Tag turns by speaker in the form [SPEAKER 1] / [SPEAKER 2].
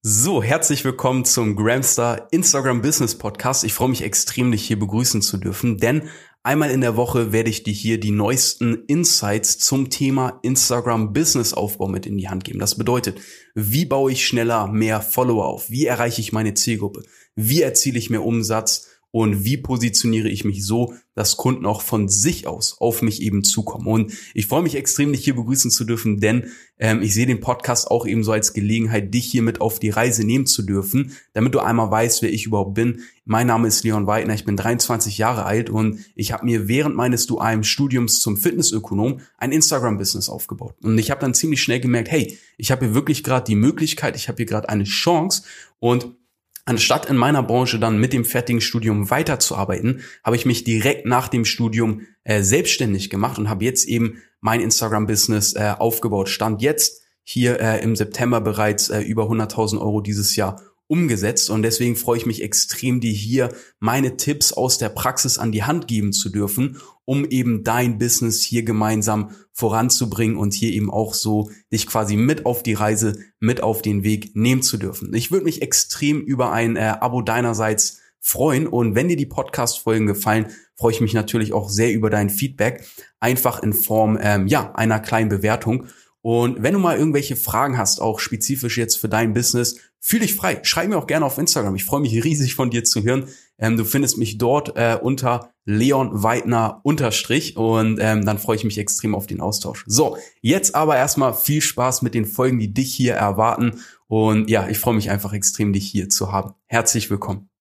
[SPEAKER 1] So, herzlich willkommen zum Gramstar Instagram Business Podcast. Ich freue mich extrem, dich hier begrüßen zu dürfen, denn einmal in der Woche werde ich dir hier die neuesten Insights zum Thema Instagram Business Aufbau mit in die Hand geben. Das bedeutet, wie baue ich schneller mehr Follower auf? Wie erreiche ich meine Zielgruppe? Wie erziele ich mehr Umsatz? Und wie positioniere ich mich so, dass Kunden auch von sich aus auf mich eben zukommen? Und ich freue mich extrem, dich hier begrüßen zu dürfen, denn ich sehe den Podcast auch eben so als Gelegenheit, dich hier mit auf die Reise nehmen zu dürfen, damit du einmal weißt, wer ich überhaupt bin. Mein Name ist Leon Weidner, ich bin 23 Jahre alt und ich habe mir während meines dualen Studiums zum Fitnessökonom ein Instagram-Business aufgebaut. Und ich habe dann ziemlich schnell gemerkt, hey, ich habe hier wirklich gerade die Möglichkeit, ich habe hier gerade eine Chance und anstatt in meiner Branche dann mit dem fertigen Studium weiterzuarbeiten, habe ich mich direkt nach dem Studium selbstständig gemacht und habe jetzt eben mein Instagram-Business aufgebaut. Stand jetzt hier im September bereits über 100.000 Euro dieses Jahr umgesetzt und deswegen freue ich mich extrem, dir hier meine Tipps aus der Praxis an die Hand geben zu dürfen, um eben dein Business hier gemeinsam voranzubringen und hier eben auch so dich quasi mit auf die Reise, mit auf den Weg nehmen zu dürfen. Ich würde mich extrem über ein Abo deinerseits freuen und wenn dir die Podcast-Folgen gefallen, freue ich mich natürlich auch sehr über dein Feedback, einfach in Form einer kleinen Bewertung. Und wenn du mal irgendwelche Fragen hast, auch spezifisch jetzt für dein Business, fühl dich frei. Schreib mir auch gerne auf Instagram. Ich freue mich riesig von dir zu hören. Du findest mich dort unter Leon Weidner _ und dann freue ich mich extrem auf den Austausch. So, jetzt aber erstmal viel Spaß mit den Folgen, die dich hier erwarten. Und ja, ich freue mich einfach extrem, dich hier zu haben. Herzlich willkommen.